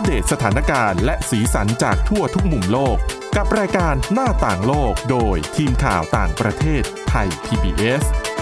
เดตสถานการณ์และสีสันจากทั่วทุกมุมโลกกับรายการหน้าต่างโลกโดยทีมข่าวต่างประเทศไทย PBS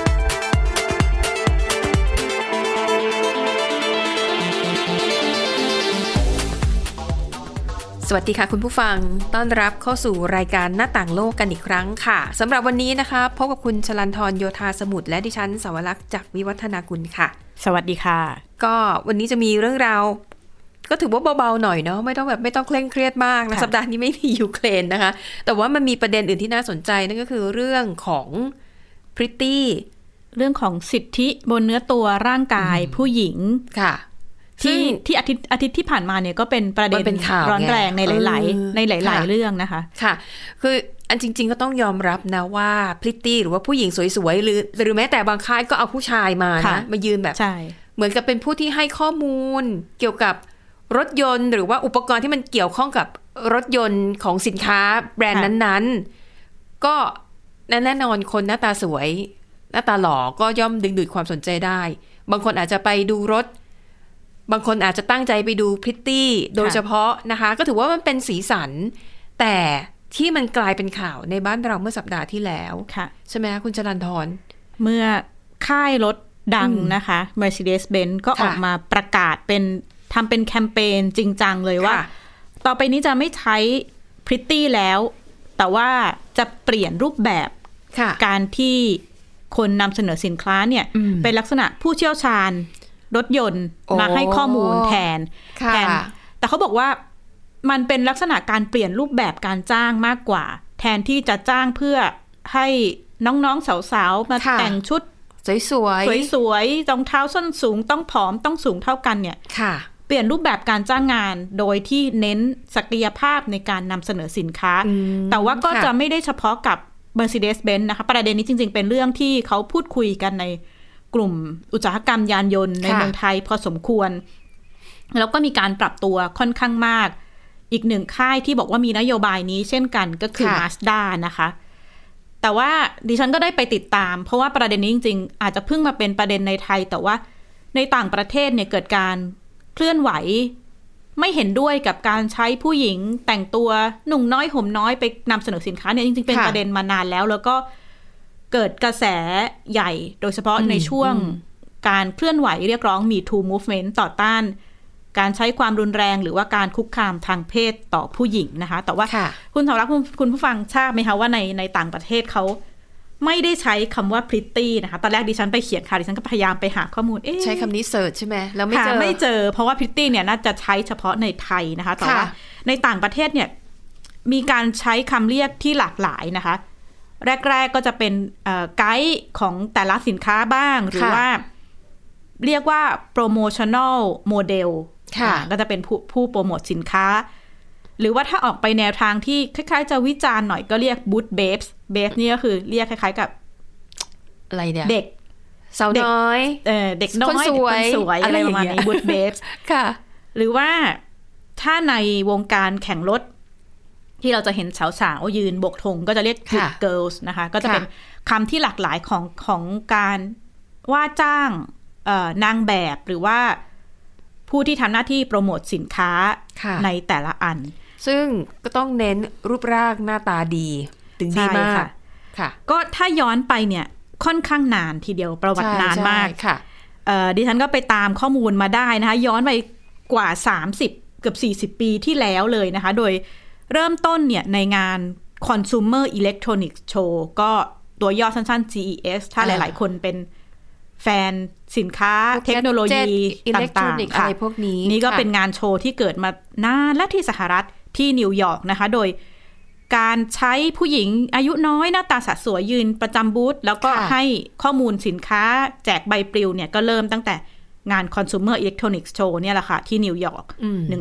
สวัสดีค่ะคุณผู้ฟังต้อนรับเข้าสู่รายการหน้าต่างโลกกันอีกครั้งค่ะสำหรับวันนี้นะคะพบกับคุณชลันทรโยธาสมุทรและดิฉันสาวรักษ์จากวิวัฒนากุลค่ะสวัสดีค่ะก็วันนี้จะมีเรื่องราวก็ถือว่าเบาๆหน่อยเนาะไม่ต้องเคร่งเครียดมากนะสัปดาห์นี้ไม่มียูเครนนะคะแต่ว่ามันมีประเด็นอื่นที่น่าสนใจนั่นก็คือเรื่องของพริตตี้เรื่องของสิทธิบนเนื้อตัวร่างกายผู้หญิงค่ะที่อาทิตย์ที่ผ่านมาเนี่ยก็เป็นประเด็นร้อนแรงในหลายๆเรื่องนะคะค่ะคืออันจริงๆก็ต้องยอมรับนะว่าพริตตี้หรือว่าผู้หญิงสวยๆหรือแม้แต่บางค่ายก็เอาผู้ชายมานะมายืนแบบเหมือนกับเป็นผู้ที่ให้ข้อมูลเกี่ยวกับรถยนต์หรือว่าอุปกรณ์ที่มันเกี่ยวข้องกับรถยนต์ของสินค้าแบรนด์นั้นๆก็แน่นอนคนหน้าตาสวยหน้าตาหล่อก็ย่อมดึงดูดความสนใจได้บางคนอาจจะไปดูรถบางคนอาจจะตั้งใจไปดูพริตตี้โดยเฉพาะนะคะก็ถือว่ามันเป็นสีสันแต่ที่มันกลายเป็นข่าวในบ้านเราเมื่อสัปดาห์ที่แล้วใช่ไหมคุณจรัญทรเมื่อค่ายรถดังนะคะ Mercedes-Benz ก็ออกมาประกาศทำเป็นแคมเปญจริงจังเลยว่าต่อไปนี้จะไม่ใช้พริตตี้แล้วแต่ว่าจะเปลี่ยนรูปแบบการที่คนนำเสนอสินค้าเนี่ยเป็นลักษณะผู้เชี่ยวชาญรถยนต์มาให้ข้อมูลแทนแต่เขาบอกว่ามันเป็นลักษณะการเปลี่ยนรูปแบบการจ้างมากกว่าแทนที่จะจ้างเพื่อให้น้องๆสาวๆมาแต่งชุดสวยๆรองเท้าส้นสูงต้องผอมต้องสูงเท่ากันเนี่ยเปลี่ยนรูปแบบการจ้างงานโดยที่เน้นศักยภาพในการนำเสนอสินค้าแต่ว่าก็จะไม่ได้เฉพาะกับ Mercedes-Benz นะคะประเด็นนี้จริงๆเป็นเรื่องที่เขาพูดคุยกันในกลุ่มอุตสาหกรรมยานยนต์ในเมืองไทยพอสมควรแล้วก็มีการปรับตัวค่อนข้างมากอีกหนึ่งค่ายที่บอกว่ามีนโยบายนี้เช่นกันก็คือ Mazda นะคะแต่ว่าดิฉันก็ได้ไปติดตามเพราะว่าประเด็นนี้จริงๆอาจจะเพิ่งมาเป็นประเด็นในไทยแต่ว่าในต่างประเทศเนี่ยเกิดการเคลื่อนไหวไม่เห็นด้วยกับการใช้ผู้หญิงแต่งตัวนุ่งน้อยห่มน้อยไปนำเสนอสินค้าเนี่ยจริงๆเป็นประเด็นมานานแล้วก็เกิดกระแสใหญ่โดยเฉพาะในช่วงการเคลื่อนไหวเรียกร้อง Me Too Movement ต่อต้านการใช้ความรุนแรงหรือว่าการคุกคามทางเพศต่อผู้หญิงนะคะแต่ว่าคุณสาวรักคุณผู้ฟังทราบไหมคะว่าในต่างประเทศเขาไม่ได้ใช้คำว่า pretty นะคะตอนแรกดิฉันไปเขียนข่าวดิฉันก็พยายามไปหาข้อมูลใช้คำนี้เสิร์ชใช่ไหมแล้วไม่เจอเพราะว่า pretty เนี่ยน่าจะใช้เฉพาะในไทยนะคะแต่ว่าในต่างประเทศเนี่ยมีการใช้คำเรียกที่หลากหลายนะคะแรกๆก็จะเป็นไกด์ของแต่ละสินค้าบ้างหรือว่าเรียกว่า promotional model ก็จะเป็นผู้โปรโมทสินค้าหรือว่าถ้าออกไปแนวทางที่คล้ายๆจะวิจารณ์หน่อยก็เรียก boot babes นี่ก็คือเรียกคล้ายๆกับอะไรเนี่ยเด็กสาวน้อยเด็กน้อยคนสวยอะไรประมาณนี้ boot babes ค่ะหรือว่าถ้าในวงการแข่งรถที่เราจะเห็นสาวๆยืนโบกธงก็จะเรียก good girls นะคะก็จะเป็นคำที่หลากหลายของการว่าจ้างนางแบบหรือว่าผู้ที่ทำหน้าที่โปรโมทสินค้าในแต่ละอันซึ่งก็ต้องเน้นรูปร่างหน้าตาดีถึงดีมากค่ะก็ถ้าย้อนไปเนี่ยค่อนข้างนานทีเดียวประวัตินานมากดิฉันก็ไปตามข้อมูลมาได้นะคะย้อนไปกว่า30เกือบ40ปีที่แล้วเลยนะคะโดยเริ่มต้นเนี่ยในงาน Consumer Electronics Show ก็ตัวย่อสั้นๆ CES ถ้าหลายๆคนเป็นแฟนสินค้าเทคโนโลยีต่างๆอะไรพวกนี้นี่ก็เป็นงานโชว์ที่เกิดมานานและที่สหรัฐที่นิวยอร์กนะคะโดยการใช้ผู้หญิงอายุน้อยหน้าตาสะสวยยืนประจำบูธแล้วก็ให้ข้อมูลสินค้าแจกใบปลิวเนี่ยก็เริ่มตั้งแต่งาน Consumer Electronics Show เนี่ยแหละค่ะที่นิวยอร์ก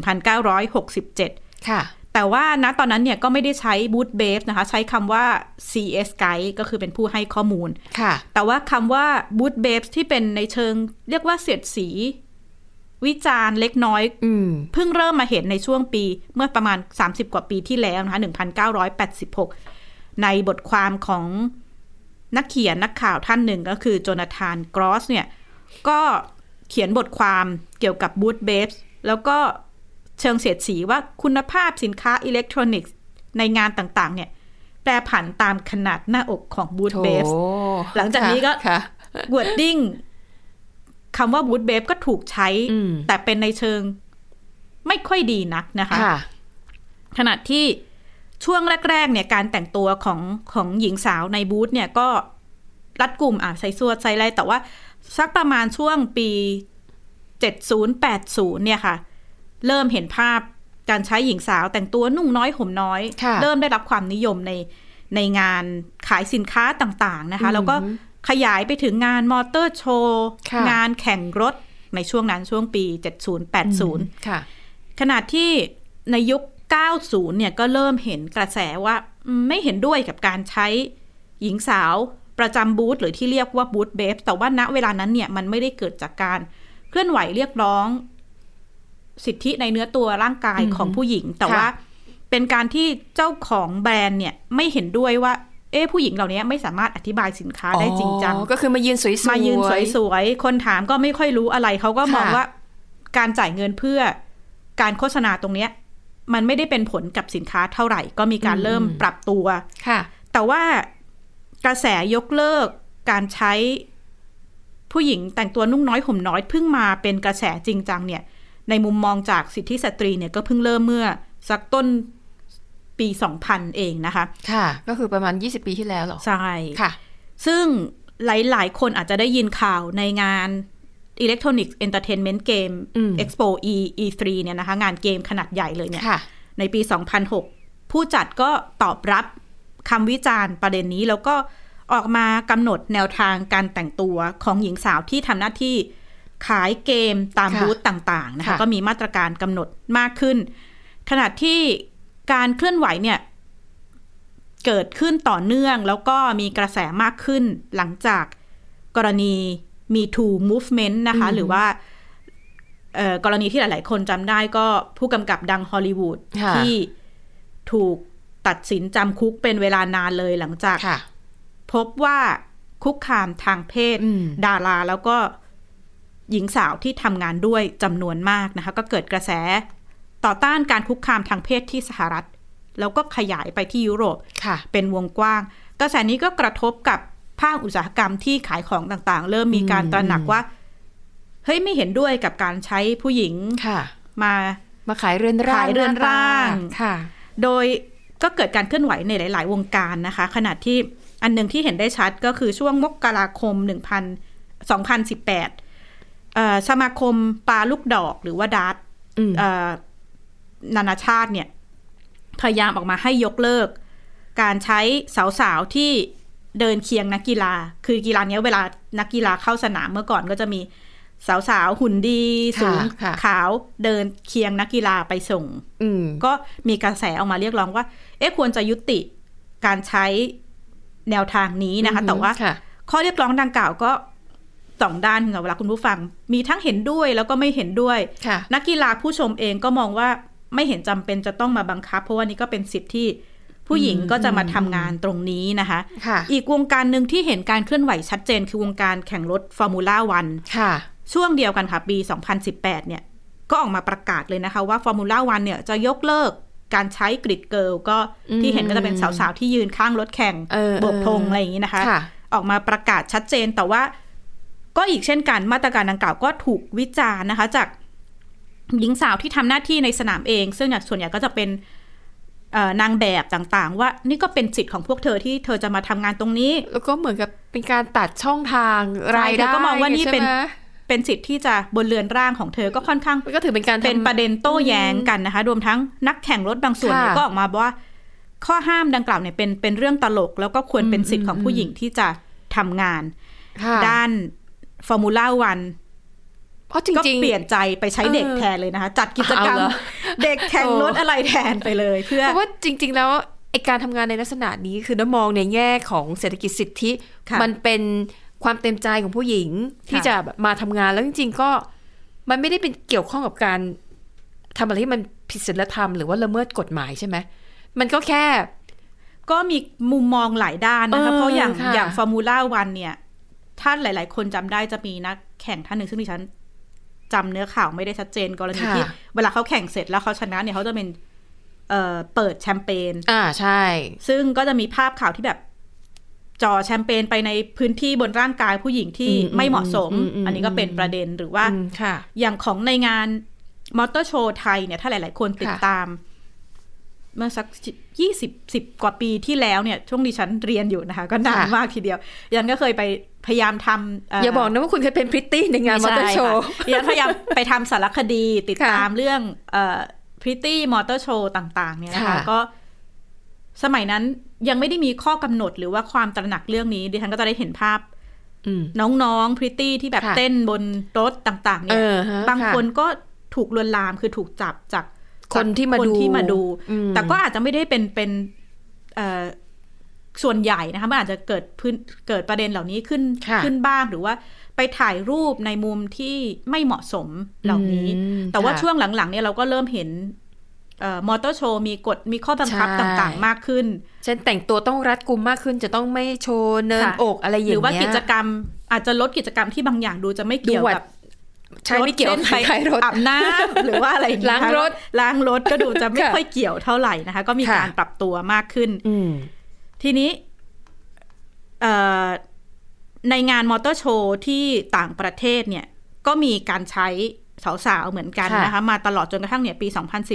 1967 ค่ะแต่ว่าณตอนนั้นเนี่ยก็ไม่ได้ใช้บูธเบฟนะคะใช้คำว่า CS Guide ก็คือเป็นผู้ให้ข้อมูลแต่ว่าคำว่าบูธเบฟที่เป็นในเชิงเรียกว่าเสียดสีวิจารณ์เล็กน้อยเพิ่งเริ่มมาเห็นในช่วงปีเมื่อประมาณ30กว่าปีที่แล้วนะคะ1986ในบทความของนักเขียนนักข่าวท่านหนึ่งก็คือโจนาธานกรอสเนี่ยก็เขียนบทความเกี่ยวกับบูธเบฟแล้วก็เชิงเสียดสีว่าคุณภาพสินค้าอิเล็กทรอนิกส์ในงานต่างๆเนี่ยแปรผันตามขนาดหน้าอกของบูธเบฟหลังจากนี้ก็วอร์ดดิ้งคำว่าบูธเบฟก็ถูกใช้แต่เป็นในเชิงไม่ค่อยดีนักนะคะขณะที่ช่วงแรกๆเนี่ยการแต่งตัวของหญิงสาวในบูธเนี่ยก็รัดกุมใส่สวดใส่อะไรแต่ว่าสักประมาณช่วงปี70-80เนี่ยค่ะเริ่มเห็นภาพการใช้หญิงสาวแต่งตัวนุ่งน้อยห่มน้อยเริ่มได้รับความนิยมในงานขายสินค้าต่างๆนะคะแล้วก็ขยายไปถึงงานมอเตอร์โชว์งานแข่งรถในช่วงนั้นช่วงปี70-80ขณะที่ในยุค90เนี่ยก็เริ่มเห็นกระแสว่าไม่เห็นด้วยกับการใช้หญิงสาวประจำบูธหรือที่เรียกว่าบูธเบฟแต่ว่าณเวลานั้นเนี่ยมันไม่ได้เกิดจากการเคลื่อนไหวเรียกร้องสิทธิในเนื้อตัวร่างกายของผู้หญิงแต่ว่าเป็นการที่เจ้าของแบรนด์เนี่ยไม่เห็นด้วยว่าผู้หญิงเหล่านี้ไม่สามารถอธิบายสินค้าได้จริงจังก็คือมายืนสวยๆคนถามก็ไม่ค่อยรู้อะไรเขาก็มองว่าการจ่ายเงินเพื่อการโฆษณาตรงนี้มันไม่ได้เป็นผลกับสินค้าเท่าไหร่ก็มีการเริ่มปรับตัวแต่ว่ากระแสยกเลิกการใช้ผู้หญิงแต่งตัวนุ่งน้อยห่มน้อยเพิ่งมาเป็นกระแสจริงจังเนี่ยในมุมมองจากสิทธิสตรีเนี่ยก็เพิ่งเริ่มเมื่อสักต้นปี2000เองนะคะค่ะก็คือประมาณ20ปีที่แล้วหรอใช่ค่ะซึ่งหลายๆคนอาจจะได้ยินข่าวในงาน Electronics Entertainment Game Expo E3 เนี่ยนะคะงานเกมขนาดใหญ่เลยเนี่ยในปี2006ผู้จัดก็ตอบรับคำวิจารณ์ประเด็นนี้แล้วก็ออกมากำหนดแนวทางการแต่งตัวของหญิงสาวที่ทำหน้าที่ขายเกมตามบูธต่างๆนะคะก็มีมาตรการกำหนดมากขึ้นขณะที่การเคลื่อนไหวเนี่ยเกิดขึ้นต่อเนื่องแล้วก็มีกระแสมากขึ้นหลังจากกรณี Me Too Movement นะคะหรือว่ากรณีที่หลายๆคนจำได้ก็ผู้กำกับดังฮอลลีวูดที่ถูกตัดสินจำคุกเป็นเวลานานเลยหลังจากพบว่าคุกคามทางเพศดาราแล้วก็หญิงสาวที่ทำงานด้วยจำนวนมากนะคะก็เกิดกระแสต่อต้านการคุกคามทางเพศที่สหรัฐแล้วก็ขยายไปที่ยุโรปเป็นวงกว้างกระแสนี้ก็กระทบกับภาคอุตสาหกรรมที่ขายของต่างๆเริ่มมีการตระหนักว่าเฮ้ยไม่เห็นด้วยกับการใช้ผู้หญิงมาขายเรือนร่างโดยก็เกิดการเคลื่อนไหวในหลายๆวงการนะคะขณะที่อันนึงที่เห็นได้ชัดก็คือช่วงมกราคม2018สมาคมปลาลูกดอกหรือว่าดาร์ตนานาชาติเนี่ยพยายามออกมาให้ยกเลิกการใช้สาวๆที่เดินเคียงนักกีฬาคือกีฬานี้เวลานักกีฬาเข้าสนามเมื่อก่อนก็จะมีสาวๆหุ่นดีสูงขาวเดินเคียงนักกีฬาไปส่งก็มีกระแสออกมาเรียกร้องว่าควรจะยุติการใช้แนวทางนี้นะคะแต่ว่าข้อเรียกร้องดังกล่าวก็สองด้านค่ะเวลาคุณผู้ฟังมีทั้งเห็นด้วยแล้วก็ไม่เห็นด้วยนักกีฬาผู้ชมเองก็มองว่าไม่เห็นจำเป็นจะต้องมาบังคับเพราะว่านี่ก็เป็นสิทธิที่ผู้หญิงก็จะมาทำงานตรงนี้นะคะอีกวงการหนึ่งที่เห็นการเคลื่อนไหวชัดเจนคือวงการแข่งรถฟอร์มูล่าวันช่วงเดียวกันค่ะปี2018เนี่ยก็ออกมาประกาศเลยนะคะว่าฟอร์มูล่าวันเนี่ยจะยกเลิกการใช้กริดเกิร์ลก็ที่เห็นก็จะเป็นสาวๆที่ยืนข้างรถแข่งโบกธงอะไรอย่างนี้นะคะออกมาประกาศชัดเจนแต่ว่าก็อีกเช่นกันมาตรการดังกล่าวก็ถูกวิจารณ์นะคะจากหญิงสาวที่ทำหน้าที่ในสนามเองซึ่งส่วนใหญ่ก็จะเป็นนางแบบต่างๆว่านี่ก็เป็นสิทธิ์ของพวกเธอที่เธอจะมาทำงานตรงนี้แล้วก็เหมือนกับเป็นการตัดช่องทางรายได้ก็มองว่านี่เป็นสิทธิ์ที่จะบนเรือนร่างของเธอก็ค่อนข้างก็ถือเป็นการเป็นประเด็นโต้แย้งกันนะคะรวมทั้งนักแข่งรถบางส่วนก็ออกมาว่าข้อห้ามดังกล่าวเนี่ยเป็นเรื่องตลกแล้วก็ควรเป็นสิทธิ์ของผู้หญิงที่จะทำงานด้านฟอร์มูล่าวันเพราะจริงๆก็เปลี่ยนใจไปใช้เด็กแทนเลยนะคะจัดกิจกรรมเด็กแข่งรถอะไรแทนไปเลยเพื่อเพราะว่าจริงๆแล้วไอ้การทำงานในลักษณะนี้คือน้ำมองในแง่ของเศรษฐกิจสิทธิมันเป็นความเต็มใจของผู้หญิงที่จะมาทำงานแล้วจริงๆก็มันไม่ได้เป็นเกี่ยวข้องกับการทำอะไรที่มันผิดศีลธรรมหรือว่าละเมิดกฎหมายใช่ไหมมันก็แค่ก็มีมุมมองหลายด้านนะคะเพราะอย่างฟอร์มูล่าวันเนี่ยถ้าหลายๆคนจำได้จะมีนักแข่งท่านหนึ่งซึ่งดิฉันจำเนื้อข่าวไม่ได้ชัดเจนกรณีที่เวลาเขาแข่งเสร็จแล้วเขาชนะเนี่ยเขาจะเป็นเปิดแชมเปญใช่ซึ่งก็จะมีภาพข่าวที่แบบจ่อแชมเปญไปในพื้นที่บนร่างกายผู้หญิงที่ไม่เหมาะสมอันนี้ก็เป็นประเด็นหรือว่าอย่างของในงานมอเตอร์โชว์ไทยเนี่ยถ้าหลายๆคนติดตามเมื่อสัก10 กว่าปีที่แล้วเนี่ยช่วงดิฉันเรียนอยู่นะคะก็นานมากทีเดียวยันก็เคยไปพยายามทำอย่าบอกนะว่าคุณเคยเป็นพริตตี้ในงานมอเตอร์โชว์ยันพยายามไปทำสารคดีติดตามเรื่องพริตตี้มอเตอร์โชว์ต่างๆเนี่ยนะคะก็สมัยนั้นยังไม่ได้มีข้อกำหนดหรือว่าความตระหนักเรื่องนี้ดิฉันก็จะได้เห็นภาพน้องๆพริตตี้ที่แบบเต้นบนรถต่างๆเนี่ยบางคนก็ถูกลวนลามคือถูกจับจากคนที่มาดูแต่ก็อาจจะไม่ได้เป็นส่วนใหญ่นะคะมันอาจจะเกิดประเด็นเหล่านี้ขึ้นบ้างหรือว่าไปถ่ายรูปในมุมที่ไม่เหมาะสมเหล่านี้แต่ว่าช่วงหลังๆเนี่ยเราก็เริ่มเห็นมอเตอร์โชว์มีกฎมีข้อบังคับต่างๆมากขึ้นเช่นแต่งตัวต้องรัดกุมมากขึ้นจะต้องไม่โชว์เนินอกอะไรอย่างเงี้ยหรือว่ากิจกรรมอาจจะลดกิจกรรมที่บางอย่างดูจะไม่เกี่ยวกับใช่ไม่เกี่ยวกับรถอาบน้ำหรือว่าอะไรล้างรถก็ดูจะไม่ค่อยเกี่ยวเท่าไหร่นะคะก็มีการปรับตัวมากขึ้นทีนี้ในงานมอเตอร์โชว์ที่ต่างประเทศเนี่ยก็มีการใช้สาวๆเหมือนกันนะคะมาตลอดจนกระทั่งเนี่ยปี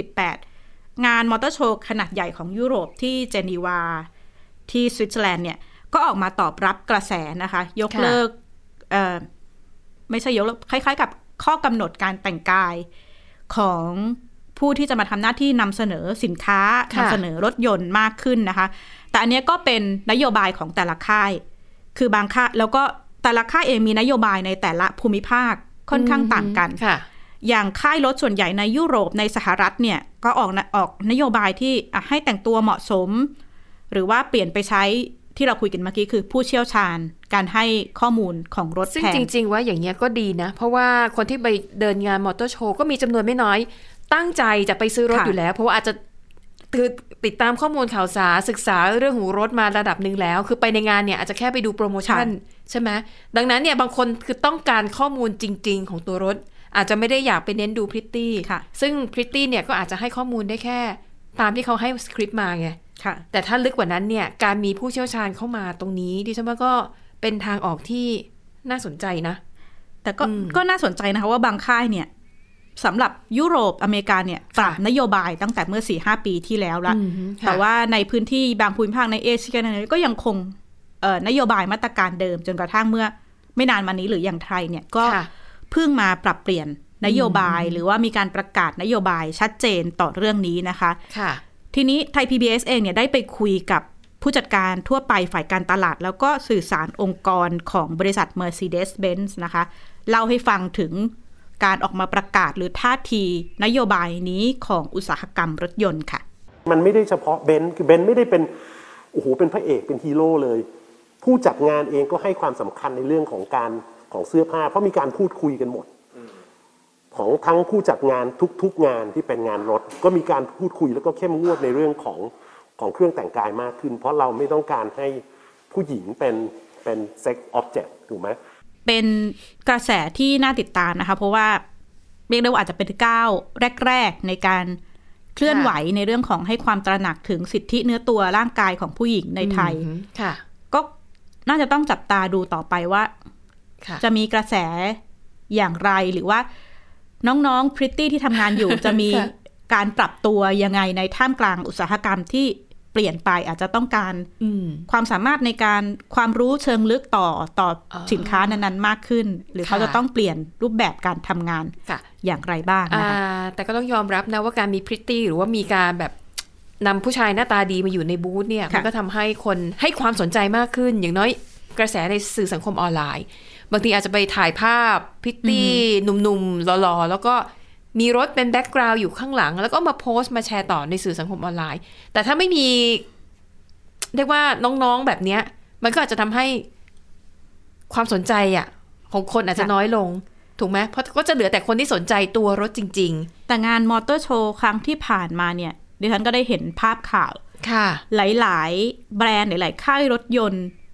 2018งานมอเตอร์โชว์ขนาดใหญ่ของยุโรปที่เจนีวาที่สวิตเซอร์แลนด์เนี่ยก็ออกมาตอบรับกระแสนะคะยกเลิกไม่ใช่ยกเลิกคล้ายๆกับข้อกำหนดการแต่งกายของผู้ที่จะมาทำหน้าที่นำเสนอสินค้านำเสนอรถยนต์มากขึ้นนะคะแต่อันนี้ก็เป็นนโยบายของแต่ละค่ายคือบางค่ายแล้วก็แต่ละค่ายเองมีนโยบายในแต่ละภูมิภาคค่อนข้างต่างกันอย่างค่ายรถส่วนใหญ่ในยุโรปในสหรัฐเนี่ยก็ออกนโยบายที่ให้แต่งตัวเหมาะสมหรือว่าเปลี่ยนไปใช้ที่เราคุยกันเมื่อกี้คือผู้เชี่ยวชาญการให้ข้อมูลของรถแพงซึ่งจริงๆว่าอย่างเงี้ยก็ดีนะเพราะว่าคนที่ไปเดินงานมอเตอร์โชว์ก็มีจำนวนไม่น้อยตั้งใจจะไปซื้อรถอยู่แล้วเพราะว่าอาจจะติดตามข้อมูลข่าวสารศึกษาเรื่องของรถมาระดับหนึ่งแล้วคือไปในงานเนี่ยอาจจะแค่ไปดูโปรโมชั่นใช่ไหมดังนั้นเนี่ยบางคนคือต้องการข้อมูลจริงๆของตัวรถอาจจะไม่ได้อยากไปเน้นดูพริตตี้ซึ่งพริตตี้เนี่ยก็อาจจะให้ข้อมูลได้แค่ตามที่เขาให้สคริปต์มาไงแต่ถ้าลึกกว่านั้นเนี่ยการมีผู้เชี่ยวชาญเข้ามาตรงนี้ดิฉันว่าก็เป็นทางออกที่น่าสนใจนะแต่ก็น่าสนใจนะคะว่าบางค่ายเนี่ยสำหรับยุโรปอเมริกาเนี่ยปรับนโยบายตั้งแต่เมื่อ 4-5 ปีที่แล้วละแต่ว่าในพื้นที่บางภูมิภาคในเอเชียก็ยังคงนโยบายมาตรการเดิมจนกระทั่งเมื่อไม่นานมานี้หรืออย่างไทยเนี่ยก็เพิ่งมาปรับเปลี่ยนนโยบายหรือว่ามีการประกาศนโยบายชัดเจนต่อเรื่องนี้นะคะทีนี้ไทย PBS เองเนี่ยได้ไปคุยกับผู้จัดการทั่วไปฝ่ายการตลาดแล้วก็สื่อสารองค์กรของบริษัท Mercedes-Benz นะคะเล่าให้ฟังถึงการออกมาประกาศหรือท่าทีนโยบายนี้ของอุตสาหกรรมรถยนต์ค่ะมันไม่ได้เฉพาะเบนซ์คือเบนซ์ไม่ได้เป็นโอ้โหเป็นพระเอกเป็นฮีโร่เลยผู้จัดงานเองก็ให้ความสำคัญในเรื่องของเสื้อผ้าเพราะมีการพูดคุยกันหมดของทั้งผู้จัดงานทุกงานที่เป็นงานรถก็มีการพูดคุยแล้วก็เข้มงวดในเรื่องของเครื่องแต่งกายมากขึ้นเพราะเราไม่ต้องการให้ผู้หญิงเป็นเซ็กซ์ออบเจกต์ถูกไหมเป็นกระแสที่น่าติดตามนะคะเพราะว่าเรียกได้ว่าอาจจะเป็นก้าวแรกๆในการเคลื่อนไหวในเรื่องของให้ความตระหนักถึงสิทธิเนื้อตัวร่างกายของผู้หญิงในไทยก็น่าจะต้องจับตาดูต่อไปว่าจะมีกระแสอย่างไรหรือว่าน้องๆพริตตี้ที่ทำงานอยู่ จะมีการปรับตัวยังไงในท่ามกลางอุตสาหกรรมที่เปลี่ยนไปอาจจะต้องการความสามารถในการความรู้เชิงลึกต่อสินค้านั้นๆมากขึ้นหรือเขาจะต้องเปลี่ยนรูปแบบการทำงานอย่างไรบ้างนะคะแต่ก็ต้องยอมรับนะว่าการมีพริตตี้หรือว่ามีการแบบนำผู้ชายหน้าตาดีมาอยู่ในบูธเนี่ยมันก็ทำให้คนให้ความสนใจมากขึ้นอย่างน้อยกระแสในสื่อสังคมออนไลน์บางทีอาจจะไปถ่ายภาพพริตตี้หนุ่มๆหล่อๆแล้วก็มีรถเป็นแบ็กกราวด์อยู่ข้างหลังแล้วก็มาโพสต์มาแชร์ต่อในสื่อสังคมออนไลน์แต่ถ้าไม่มีเรียกว่าน้องๆแบบนี้มันก็อาจจะทำให้ความสนใจของคนอาจจะน้อยลงถูกไหมเพราะก็จะเหลือแต่คนที่สนใจตัวรถจริงๆแต่งานมอเตอร์โชว์ครั้งที่ผ่านมาเนี่ยดิฉันก็ได้เห็นภาพข่าวหลายๆแบรนด์หลายๆค่ายรถยนต์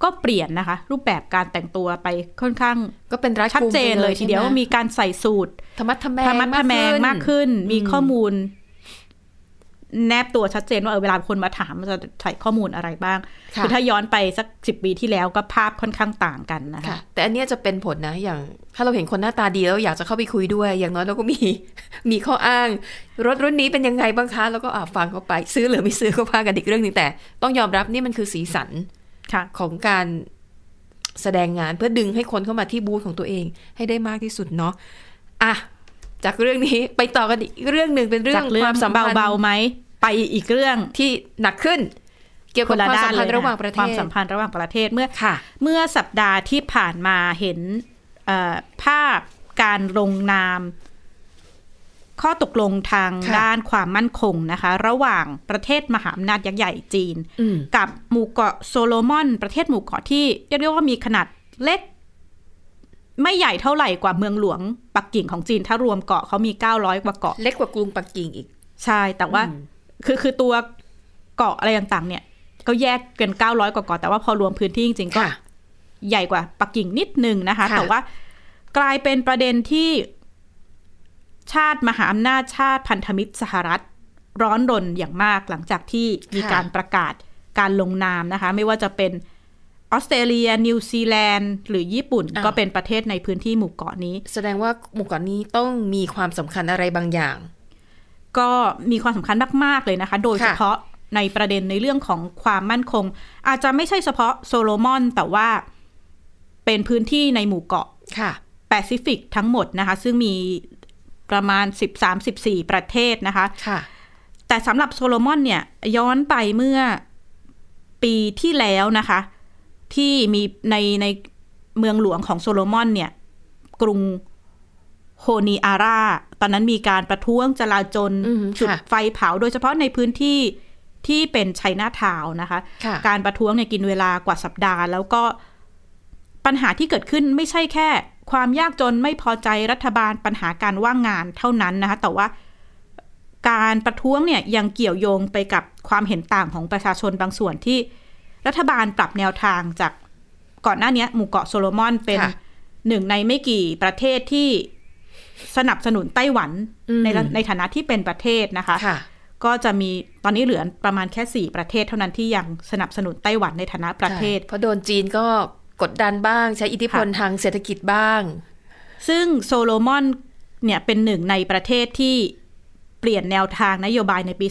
ก็เปลี่ยนนะคะรูปแบบการแต่งตัวไปค่อนข้างก็เป็นรัดกุมชัดเจนเลยทีเดียวว่ามีการใส่สูทธรรมะทแมงมากขึ้นมีข้อมูลแนบตัวชัดเจนว่าเวลาคนมาถามมันจะใส่ข้อมูลอะไรบ้างคือถ้าย้อนไปสัก10 ปีที่แล้วก็ภาพค่อนข้างต่างกันนะคะแต่อันนี้จะเป็นผลนะอย่างถ้าเราเห็นคนหน้าตาดีแล้วอยากจะเข้าไปคุยด้วยอย่างน้อยเราก็มีข้ออ้างรถรุ่นนี้เป็นยังไงบ้างคะแล้วก็ฟังเขาไปซื้อหรือไม่ซื้อก็พากันอีกเรื่องนึงแต่ต้องยอมรับนี่มันคือสีสันของการแสดงงานเพื่อดึงให้คนเข้ามาที่บูธของตัวเองให้ได้มากที่สุดเนาะจากเรื่องนี้ไปต่อกันอีกเรื่องนึงเป็นเรื่องความสัมพันธ์เบาๆไหมไปอีกเรื่องที่หนักขึ้นเกี่ยวกับความสัมพันธ์ระหว่างประเทศความสัมพันธ์ระหว่างประเทศเมื่อสัปดาห์ที่ผ่านมาเห็นภาพการลงนามข้อตกลงทางด้านความมั่นคงนะคะระหว่างประเทศมหาอำนาจยักษ์ใหญ่จีนกับหมู่เกาะโซโลมอนประเทศหมู่เกาะที่เรียกว่ามีขนาดเล็กไม่ใหญ่เท่าไหร่กว่าเมืองหลวงปักกิ่งของจีนถ้ารวมเกาะเขามี900กว่าเกาะเล็กกว่ากรุงปักกิ่งอีกใช่แต่ว่าคือตัวเกาะอะไรต่างๆเนี่ยก็แยกเป็น900กว่าเกาะแต่ว่าพอรวมพื้นที่จริงๆก็ใหญ่กว่าปักกิ่งนิดนึงนะคะแต่ว่ากลายเป็นประเด็นที่ชาติมหาอำนาจชาติพันธมิตรสหรัฐร้อนรนอย่างมากหลังจากที่มีการประกาศการลงนามนะคะไม่ว่าจะเป็นออสเตรเลียนิวซีแลนด์หรือญี่ปุ่นก็เป็นประเทศในพื้นที่หมู่เกาะนี้แสดงว่าหมู่เกาะนี้ต้องมีความสำคัญอะไรบางอย่างก็มีความสำคัญมากๆเลยนะคะโดยเฉพาะในประเด็นในเรื่องของความมั่นคงอาจจะไม่ใช่เฉพาะโซโลมอนแต่ว่าเป็นพื้นที่ในหมู่เกาะแปซิฟิกทั้งหมดนะคะซึ่งมีประมาณ13-14ประเทศนะคะแต่สำหรับโซโลมอนเนี่ยย้อนไปเมื่อปีที่แล้วนะคะที่มีในเมืองหลวงของโซโลมอนเนี่ยกรุงโฮนีอาราตอนนั้นมีการประท้วงจลาจลจุดไฟเผาโดยเฉพาะในพื้นที่ที่เป็นไชน่าทาวน์นะคะการประท้วงเนี่ยกินเวลากว่าสัปดาห์แล้วก็ปัญหาที่เกิดขึ้นไม่ใช่แค่ความยากจนไม่พอใจรัฐบาลปัญหาการว่างงานเท่านั้นนะคะแต่ว่าการประท้วงเนี่ยยังเกี่ยวโยงไปกับความเห็นต่างของประชาชนบางส่วนที่รัฐบาลปรับแนวทางจากก่อนหน้านี้หมู่เกาะโซโลมอนเป็นหนึ่งในไม่กี่ประเทศที่สนับสนุนไต้หวันในฐานะที่เป็นประเทศนะคะก็จะมีตอนนี้เหลือประมาณแค่4ประเทศเท่านั้นที่ยังสนับสนุนไต้หวันในฐานะประเทศเพราะโดนจีนก็กดดันบ้างใช้อิทธิพลทางเศรษฐกิจบ้างซึ่งโซโลมอนเนี่ยเป็นหนึ่งในประเทศที่เปลี่ยนแนวทางนโยบายในปี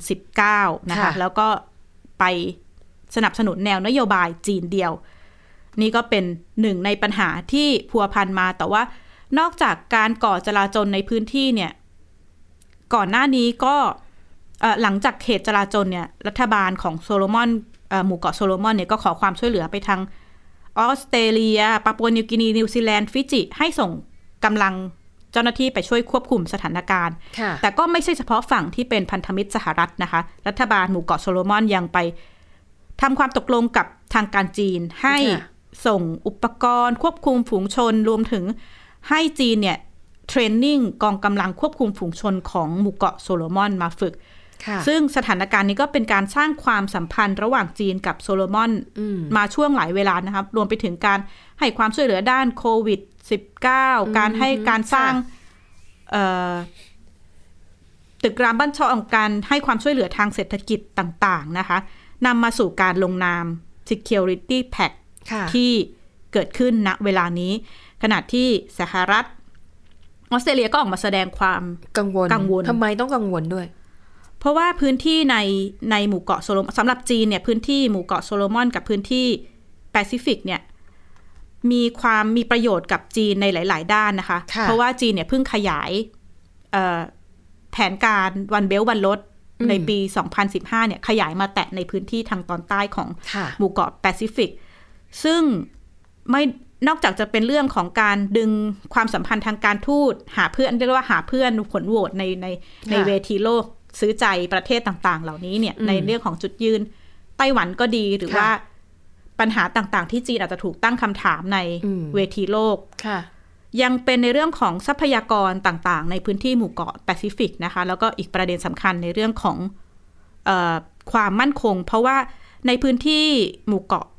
2019นะคะแล้วก็ไปสนับสนุนแนวนโยบายจีนเดียวนี่ก็เป็นหนึ่งในปัญหาที่พัวพันมาแต่ว่านอกจากการก่อจลาจลในพื้นที่เนี่ยก่อนหน้านี้ก็หลังจากเหตุจลาจลเนี่ยรัฐบาลของโซโลมอนหมู่เกาะโซโลมอนเนี่ยก็ขอความช่วยเหลือไปทางออสเตรเลียปาปัวนิวกินีนิวซีแลนด์ฟิจิให้ส่งกำลังเจ้าหน้าที่ไปช่วยควบคุมสถานการณ์แต่ก็ไม่ใช่เฉพาะฝั่งที่เป็นพันธมิตรสหรัฐนะคะรัฐบาลหมู่เกาะโซโลมอนยังไปทำความตกลงกับทางการจีนให้ส่งอุปกรณ์ควบคุมฝูงชนรวมถึงให้จีนเนี่ยเทรนนิ่งกองกำลังควบคุมฝูงชนของหมู่เกาะโซโลมอนมาฝึกซึ่งสถานการณ์นี้ก็เป็นการสร้างความสัมพันธ์ระหว่างจีนกับโซโลมอนมาช่วงหลายเวลานะครับรวมไปถึงการให้ความช่วยเหลือด้านโควิด-19 การให้การสร้างตึกรามบ้านช่องการให้ความช่วยเหลือทางเศรษฐกิจต่างๆนะคะนำมาสู่การลงนาม Security Pact ที่เกิดขึ้นณเวลานี้ขณะที่สหรัฐออสเตรเลียก็ออกมาแสดงความกังวลทำไมต้องกังวลด้วยเพราะว่าพื้นที่ในหมู่เกาะโซโลมอนสำหรับจีนเนี่ยพื้นที่หมู่เกาะโซโลมอนกับพื้นที่แปซิฟิกเนี่ยมีประโยชน์กับจีนในหลายๆด้านนะคะเพราะว่าจีนเนี่ยเพิ่งขยายแผนการ One Belt One Road ในปี2015เนี่ยขยายมาแตะในพื้นที่ทางตอนใต้ของหมู่เกาะแปซิฟิกซึ่งไม่นอกจากจะเป็นเรื่องของการดึงความสัมพันธ์ทางการทูตหาเพื่อนเรียกว่าหาเพื่อนผลโหวตในเวทีโลกซื้อใจประเทศต่างๆเหล่านี้เนี่ยในเรื่องของจุดยืนไต้หวันก็ดีหรือว่าปัญหาต่างๆที่จีนอาจจะถูกตั้งคำถามในเวทีโลกยังเป็นในเรื่องของทรัพยากรต่างๆในพื้นที่หมู่เกาะแปซิฟิกนะคะแล้วก็อีกประเด็นสำคัญในเรื่องของความมั่นคงเพราะว่าในพื้นที่หมู่เกาะ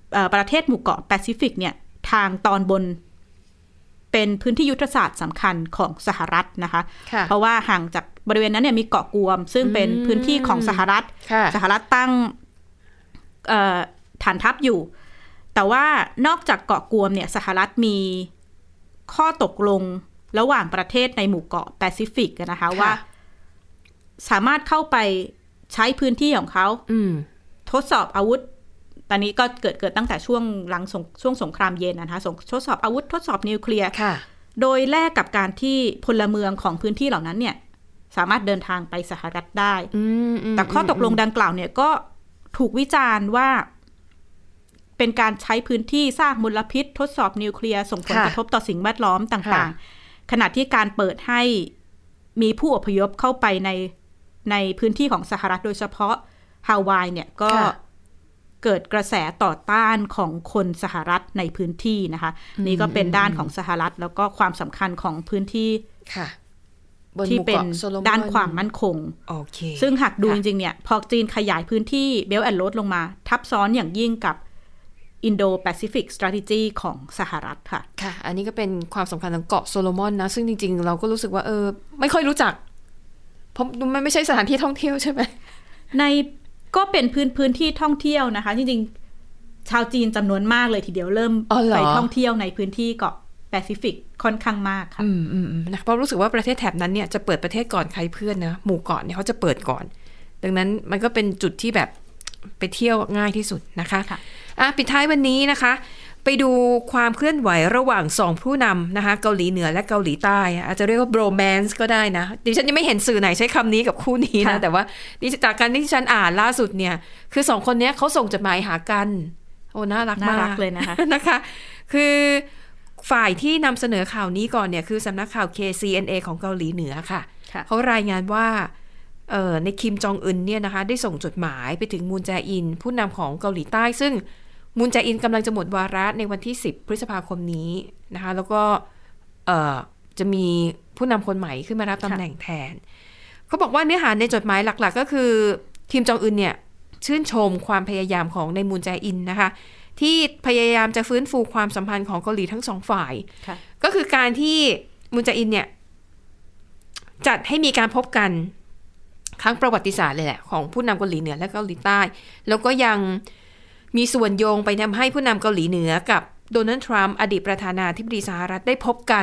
ประเทศหมู่เกาะแปซิฟิกเนี่ยทางตอนบนเป็นพื้นที่ยุทธศาสตร์สำคัญของสหรัฐนะคะเพราะว่าห่างจากบริเวณนั้นเนี่ยมีเกาะกวมซึ่งเป็นพื้นที่ของสหรัฐตั้งฐานทัพอยู่แต่ว่านอกจากเกาะกวมเนี่ยสหรัฐมีข้อตกลงระหว่างประเทศในหมู่เกาะแปซิฟิกนะคะว่าสามารถเข้าไปใช้พื้นที่ของเขาทดสอบอาวุธตอนนี้ก็เกิดตั้งแต่ช่วงหลังช่วงสงครามเย็นนะคะทดสอบอาวุธทดสอบนิวเคลียร์โดยแลกกับการที่พลเมืองของพื้นที่เหล่านั้นเนี่ยสามารถเดินทางไปสหรัฐได้แต่ข้อตกลงดังกล่าวเนี่ยก็ถูกวิจารณ์ว่าเป็นการใช้พื้นที่สร้างมลพิษทดสอบนิวเคลียร์ส่งผลกระทบต่อสิ่งแวดล้อมต่างๆขณะที่การเปิดให้มีผู้อพยพเข้าไปในพื้นที่ของสหรัฐโดยเฉพาะฮาวายเนี่ยก็เกิดกระแสต่อต้านของคนสหรัฐในพื้นที่นะคะนี่ก็เป็นด้านของสหรัฐแล้วก็ความสำคัญของพื้นที่ที่เป็นด้านความมั่นคงซึ่งหากดูจริงๆเนี่ยพอจีนขยายพื้นที่เบลต์แอนด์โรดลงมาทับซ้อนอย่างยิ่งกับ Indo-Pacific Strategy ของสหรัฐค่ะค่ะอันนี้ก็เป็นความสำคัญของเกาะโซโลมอนนะซึ่งจริงๆเราก็รู้สึกว่าไม่ค่อยรู้จักเพราะมันไม่ใช่สถานที่ท่องเที่ยวใช่ไหมก็เป็นพื้นที่ท่องเที่ยวนะคะจริงๆชาวจีนจำนวนมากเลยทีเดียวเริ่มไปท่องเที่ยวในพื้นที่เกาะแปซิฟิกค่อนข้างมากค่ะนะเพราะรู้สึกว่าประเทศแถบนั้นเนี่ยจะเปิดประเทศก่อนใครเพื่อนนะหมู่เกาะเนี่ยเขาจะเปิดก่อนดังนั้นมันก็เป็นจุดที่แบบไปเที่ยวง่ายที่สุดนะคะปิดท้ายวันนี้นะคะไปดูความเคลื่อนไหวระหว่าง2ผู้นำนะคะเกาหลีเหนือและเกาหลีใต้อาจจะเรียกว่า bromance ก็ได้นะดิฉันยังไม่เห็นสื่อไหนใช้คำนี้กับคู่นี้นะแต่ว่าจากการที่ฉันอ่านล่าสุดเนี่ยคือ2คนนี้เขาส่งจดหมายหากันโอ้น่ารักมากเลยนะคะนะคะคือฝ่ายที่นำเสนอข่าวนี้ก่อนเนี่ยคือสำนักข่าว KCNA ของเกาหลีเหนือค่ะเขารายงานว่าในคิมจองอึนเนี่ยนะคะได้ส่งจดหมายไปถึงมูนแจอินผู้นำของเกาหลีใต้ซึ่งมูนแจอินกำลังจะหมดวาระในวันที่10พฤษภาคมนี้นะคะแล้วก็จะมีผู้นำคนใหม่ขึ้นมารับตำแหน่งแทนเขาบอกว่าเนื้อหาในจดหมายหลักๆก็คือคิมจองอึนเนี่ยชื่นชมความพยายามของในมูนแจอินนะคะที่พยายามจะฟื้นฟูความสัมพันธ์ของเกาหลีทั้งสองฝ่ายก็คือการที่มูนแจอินเนี่ยจัดให้มีการพบกันครั้งประวัติศาสตร์เลยแหละของผู้นำเกาหลีเหนือและเกาหลีใต้แล้วก็ยังมีส่วนโยงไปทำให้ผู้นำเกาหลีเหนือกับโดนัลด์ทรัมป์อดีตประธานาธิบดีสหรัฐได้พบกัน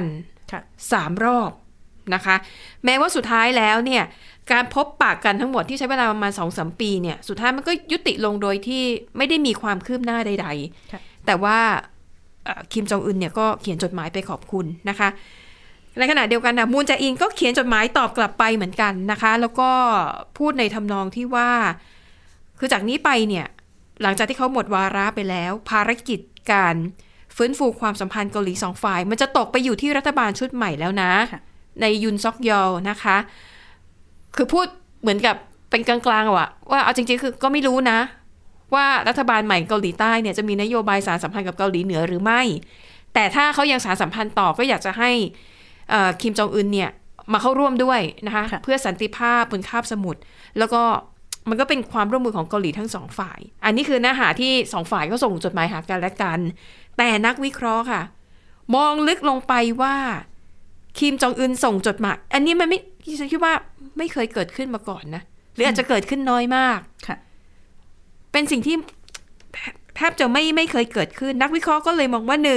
3 รอบนะคะแม้ว่าสุดท้ายแล้วเนี่ยการพบปะกันทั้งหมดที่ใช้เวลาประมาณ 2-3 ปีเนี่ยสุดท้ายมันก็ยุติลงโดยที่ไม่ได้มีความคืบหน้าใดๆแต่ว่าคิมจองอึนเนี่ยก็เขียนจดหมายไปขอบคุณนะคะในขณะเดียวกันนะมูนแจอินก็เขียนจดหมายตอบกลับไปเหมือนกันนะคะแล้วก็พูดในทำนองที่ว่าคือจากนี้ไปเนี่ยหลังจากที่เขาหมดวาระไปแล้วภารกิจการฟื้นฟูความสัมพันธ์เกาหลี2ฝ่ายมันจะตกไปอยู่ที่รัฐบาลชุดใหม่แล้วนะในยุนซอกยอลนะคะคือพูดเหมือนกับเป็นกลางๆว่าเอาจริงๆคือก็ไม่รู้นะว่ารัฐบาลใหม่เกาหลีใต้เนี่ยจะมีนโยบายสานสัมพันธ์กับเกาหลีเหนือหรือไม่แต่ถ้าเขายังสานสัมพันธ์ต่อก็อยากจะให้คิมจองอึนเนี่ยมาเข้าร่วมด้วยนะคะเพื่อสันติภาพบนคาบสมุทรแล้วก็มันก็เป็นความร่วมมือของเกาหลีทั้งสองฝ่ายอันนี้คือเนื้อหาที่2ฝ่ายก็ส่งจดหมายหากันและกันแต่นักวิเคราะห์ค่ะมองลึกลงไปว่าคิมจองอึนส่งจดหมายอันนี้มันไม่ฉันคิดว่าไม่เคยเกิดขึ้นมาก่อนนะหรืออาจจะเกิดขึ้นน้อยมากเป็นสิ่งที่แทบจะไม่เคยเกิดขึ้นนักวิเคราะห์ก็เลยมองว่า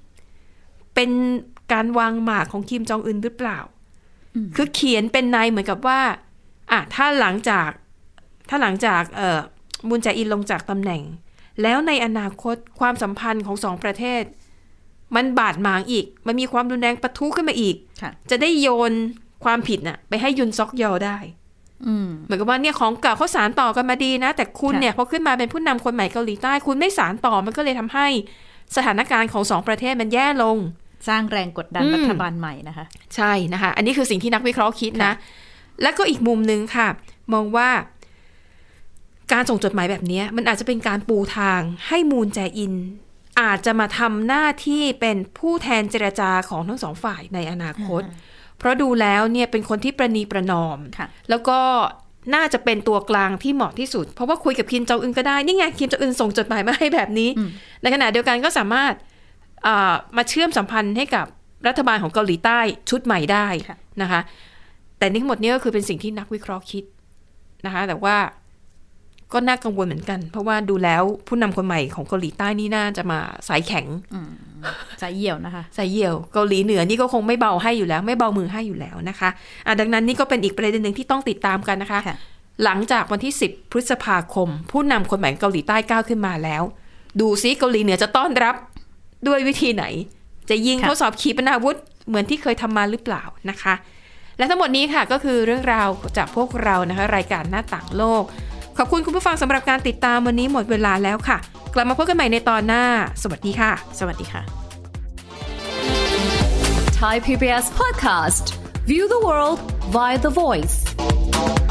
1เป็นการวางหมากของคิมจองอึนหรือเปล่าคือเขียนเป็นในเหมือนกับว่าถ้าหลังจากมูนแจอินลงจากตำแหน่งแล้วในอนาคตความสัมพันธ์ของ2ประเทศมันบาดหมางอีกมันมีความรุนแรงปะทุขึ้นมาอีกจะได้โยนความผิดน่ะไปให้ยุนซอกยอลได้เหมือนกับว่าเนี่ยของเก่าเขาสานต่อกันมาดีนะแต่คุณเนี่ยพอขึ้นมาเป็นผู้นำคนใหม่เกาหลีใต้คุณไม่สานต่อมันก็เลยทำให้สถานการณ์ของ2ประเทศมันแย่ลงสร้างแรงกดดันรัฐบาลใหม่นะคะใช่นะคะอันนี้คือสิ่งที่นักวิเคราะห์คิดนะแล้วก็อีกมุมนึงค่ะมองว่าการส่งจดหมายแบบนี้มันอาจจะเป็นการปูทางให้มูนแจอินอาจจะมาทำหน้าที่เป็นผู้แทนเจรจาของทั้ง2ฝ่ายในอนาคตเพราะดูแล้วเนี่ยเป็นคนที่ประนีประนอมแล้วก็น่าจะเป็นตัวกลางที่เหมาะที่สุดเพราะว่าคุยกับคิมจองอึนก็ได้นี่ไงคิมจองอึนส่งจดหมายมาให้แบบนี้ในขณะเดียวกันก็สามารถมาเชื่อมสัมพันธ์ให้กับรัฐบาลของเกาหลีใต้ชุดใหม่ได้นะคะแต่ทั้งหมดนี้ก็คือเป็นสิ่งที่นักวิเคราะห์คิดนะคะแต่ว่าก็น่ากังวลเหมือนกันเพราะว่าดูแล้วผู้นำคนใหม่ของเกาหลีใต้นี่น่าจะมาสายแข็งสายเหี่ยวนะคะสายเหี่ยวเกาหลีเหนือนี่ก็คงไม่เบาให้อยู่แล้วไม่เบามือให้อยู่แล้วนะคะดังนั้นนี่ก็เป็นอีกประเด็นหนึ่งที่ต้องติดตามกันนะคะหลังจากวันที่10พฤษภาคมผู้นำคนใหม่เกาหลีใต้ก้าวขึ้นมาแล้วดูซิเกาหลีเหนือจะต้อนรับด้วยวิธีไหนจะยิงทดสอบขีปนาวุธเหมือนที่เคยทำมาหรือเปล่านะคะและทั้งหมดนี้ค่ะก็คือเรื่องราวจากพวกเรานะคะรายการหน้าต่างโลกขอบคุณคุณผู้ฟังสำหรับการติดตามวันนี้หมดเวลาแล้วค่ะกลับมาพบกันใหม่ในตอนหน้าสวัสดีค่ะสวัสดีค่ะ Thai PBS Podcast View the world via the voice